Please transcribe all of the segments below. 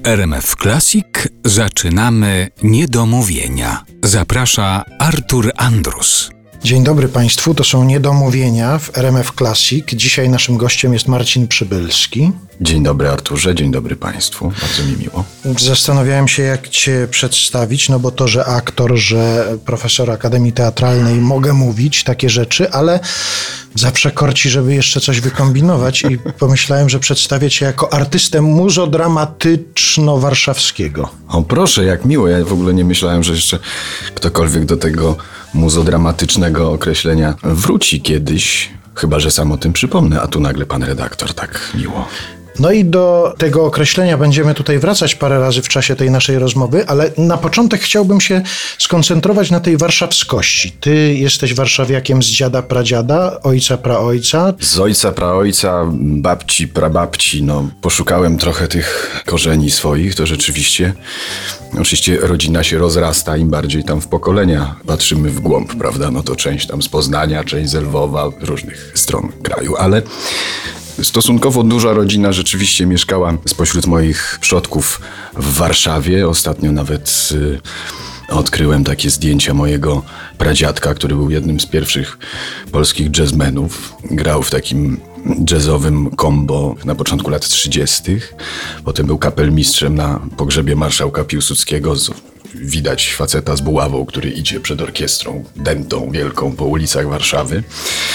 RMF Classic zaczynamy Niedomówienia. Zaprasza Artur Andrus. Dzień dobry Państwu, to są Niedomówienia w RMF Classic. Dzisiaj naszym gościem jest Marcin Przybylski. Dzień dobry Arturze, dzień dobry Państwu, bardzo mi miło. Zastanawiałem się, jak Cię przedstawić, no bo to, że aktor, że profesor Akademii Teatralnej, mogę mówić takie rzeczy, ale zawsze korci, żeby jeszcze coś wykombinować i pomyślałem, że przedstawię Cię jako artystę muzodramatyczno-warszawskiego. O proszę, jak miło, ja w ogóle nie myślałem, że jeszcze ktokolwiek do tego muzodramatycznego określenia wróci kiedyś, chyba że sam o tym przypomnę, a tu nagle pan redaktor tak miło. No i do tego określenia będziemy tutaj wracać parę razy w czasie tej naszej rozmowy, ale na początek chciałbym się skoncentrować na tej warszawskości. Ty jesteś warszawiakiem z dziada, pradziada, ojca, praojca. Z ojca, praojca, babci, prababci, poszukałem trochę tych korzeni swoich, to rzeczywiście. Oczywiście rodzina się rozrasta, im bardziej tam w pokolenia patrzymy w głąb, prawda? No to część tam z Poznania, część z Lwowa, różnych stron kraju, ale stosunkowo duża rodzina rzeczywiście mieszkała spośród moich przodków w Warszawie. Ostatnio nawet odkryłem takie zdjęcia mojego pradziadka, który był jednym z pierwszych polskich jazzmenów. Grał w takim jazzowym combo na początku lat 30. Potem był kapelmistrzem na pogrzebie marszałka Piłsudskiego. Widać faceta z buławą, który idzie przed orkiestrą dętą wielką po ulicach Warszawy.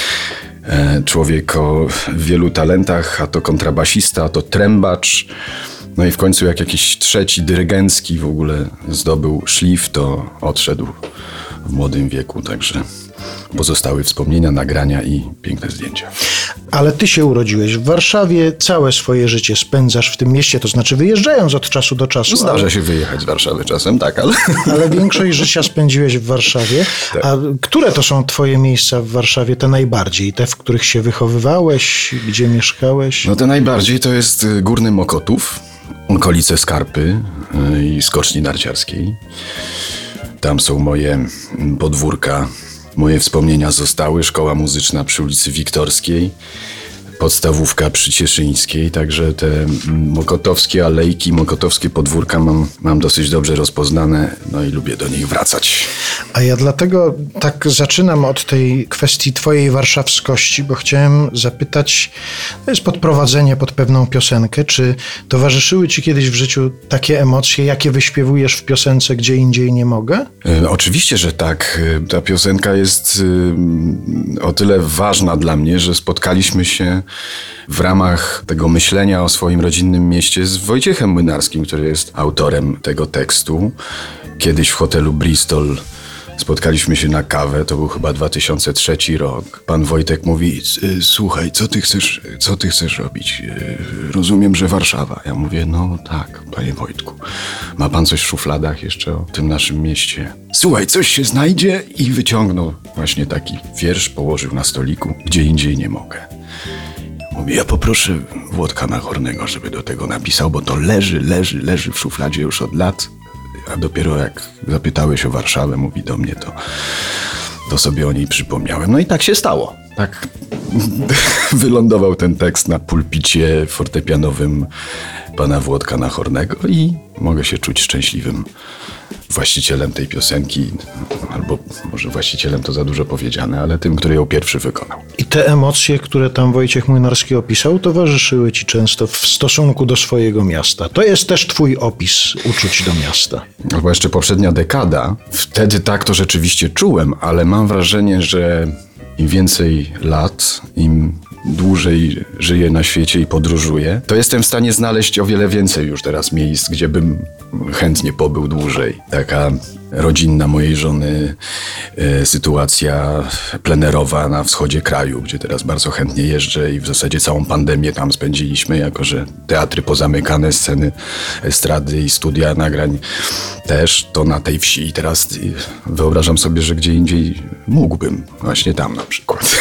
Człowiek o wielu talentach, a to kontrabasista, a to trębacz. No i w końcu jak jakiś trzeci dyrygencki w ogóle zdobył szlif, to odszedł w młodym wieku, także pozostały wspomnienia, nagrania i piękne zdjęcia. Ale ty się urodziłeś w Warszawie, całe swoje życie spędzasz w tym mieście, to znaczy wyjeżdżając od czasu do czasu. Zdarza się wyjechać z Warszawy czasem, tak, ale... Ale większość życia spędziłeś w Warszawie. Tak. A które to są twoje miejsca w Warszawie, te najbardziej? Te, w których się wychowywałeś, gdzie mieszkałeś? No te najbardziej to jest Górny Mokotów, okolice Skarpy i Skoczni Narciarskiej. Tam są moje podwórka. Moje wspomnienia zostały, szkoła muzyczna przy ulicy Wiktorskiej, podstawówka przy Cieszyńskiej, także te mokotowskie alejki, mokotowskie podwórka mam dosyć dobrze rozpoznane, no i lubię do nich wracać. A ja dlatego tak zaczynam od tej kwestii twojej warszawskości, bo chciałem zapytać, to jest podprowadzenie pod pewną piosenkę, czy towarzyszyły ci kiedyś w życiu takie emocje, jakie wyśpiewujesz w piosence Gdzie indziej nie mogę? Oczywiście, że tak. Ta piosenka jest o tyle ważna dla mnie, że spotkaliśmy się w ramach tego myślenia o swoim rodzinnym mieście z Wojciechem Młynarskim, który jest autorem tego tekstu. Kiedyś w hotelu Bristol spotkaliśmy się na kawę, to był chyba 2003 rok. Pan Wojtek mówi, słuchaj, co ty chcesz robić? Rozumiem, że Warszawa. Ja mówię, no tak, panie Wojtku. Ma pan coś w szufladach jeszcze o tym naszym mieście? Słuchaj, coś się znajdzie i wyciągnął właśnie taki wiersz, położył na stoliku, Gdzie indziej nie mogę. Mówię, ja poproszę Włodka Nachornego, żeby do tego napisał, bo to leży w szufladzie już od lat. A dopiero jak zapytałeś o Warszawę, mówi do mnie, to sobie o niej przypomniałem. No i tak się stało. Tak wylądował ten tekst na pulpicie fortepianowym pana Włodka Nachornego i mogę się czuć szczęśliwym właścicielem tej piosenki, albo może właścicielem to za dużo powiedziane, ale tym, który ją pierwszy wykonał. I te emocje, które tam Wojciech Młynarski opisał, towarzyszyły ci często w stosunku do swojego miasta. To jest też twój opis uczuć do miasta. Albo jeszcze poprzednia dekada. Wtedy tak to rzeczywiście czułem, ale mam wrażenie, że im więcej lat, im dłużej żyję na świecie i podróżuję, to jestem w stanie znaleźć o wiele więcej już teraz miejsc, gdzie bym chętnie pobył dłużej. Taka rodzinna mojej żony sytuacja plenerowa na wschodzie kraju, gdzie teraz bardzo chętnie jeżdżę i w zasadzie całą pandemię tam spędziliśmy, jako że teatry pozamykane, sceny estrady i studia nagrań też, to na tej wsi. I teraz wyobrażam sobie, że gdzie indziej mógłbym, właśnie tam na przykład.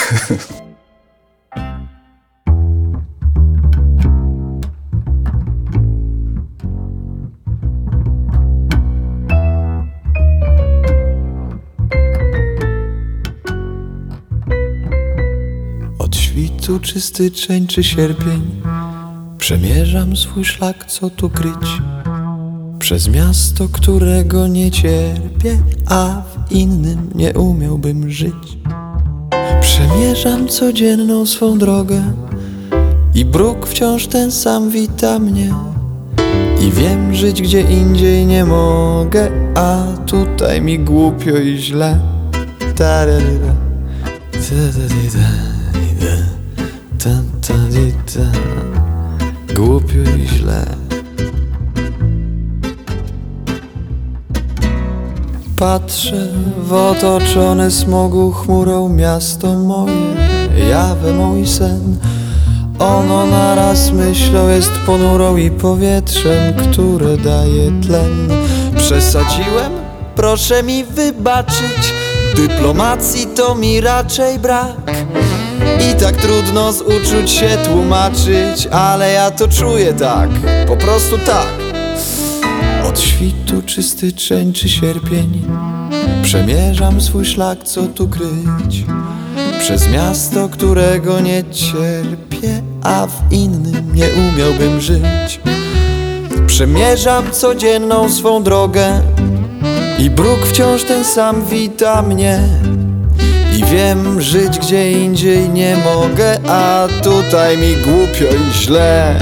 Świtu czy styczeń, czy sierpień, przemierzam swój szlak, co tu kryć. Przez miasto, którego nie cierpię, a w innym nie umiałbym żyć. Przemierzam codzienną swą drogę i bruk wciąż ten sam wita mnie. I wiem, żyć gdzie indziej nie mogę, a tutaj mi głupio i źle. Ta-ra-ra-ra. Głupio i źle. Patrzę w otoczone smogu chmurą miasto moje, jawę mój sen. Ono naraz myślą jest ponurą i powietrzem, które daje tlen. Przesadziłem? Proszę mi wybaczyć, dyplomacji to mi raczej brak. I tak trudno z uczuć się tłumaczyć, ale ja to czuję tak, po prostu tak. Od świtu czy styczeń czy sierpień przemierzam swój szlak, co tu kryć. Przez miasto, którego nie cierpię, a w innym nie umiałbym żyć. Przemierzam codzienną swą drogę i bruk wciąż ten sam wita mnie. I wiem, żyć gdzie indziej nie mogę, a tutaj mi głupio i źle.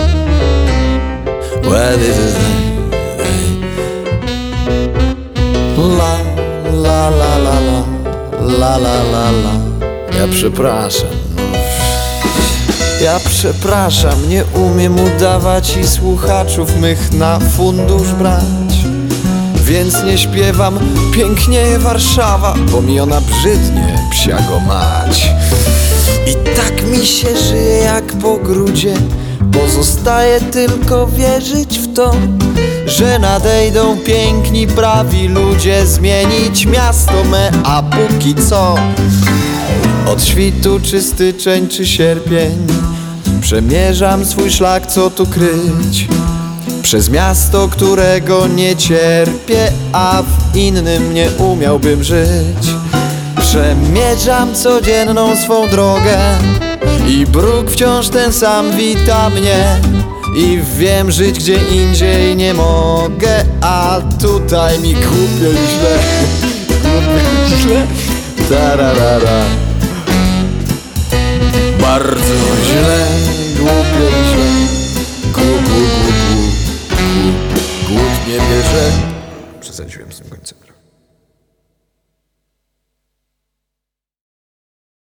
La la la la la la la la la. Ja przepraszam. Ja przepraszam, nie umiem udawać i słuchaczów mych na fundusz brać. Więc nie śpiewam pięknieje Warszawa, bo mi ona brzydnie, psia go mać. I tak mi się żyje jak po grudzie, pozostaje tylko wierzyć w to, że nadejdą piękni, prawi ludzie zmienić miasto me, a póki co od świtu czy styczeń czy sierpień przemierzam swój szlak, co tu kryć. Przez miasto, którego nie cierpię, a w innym nie umiałbym żyć. Przemierzam codzienną swą drogę i bruk wciąż ten sam wita mnie. I wiem, żyć gdzie indziej nie mogę, a tutaj mi głupio i źle. Głupio i źle. Tararara. Bardzo źle, głupio i źle. Głód mnie bierze. Przesadziłem z tym końcem.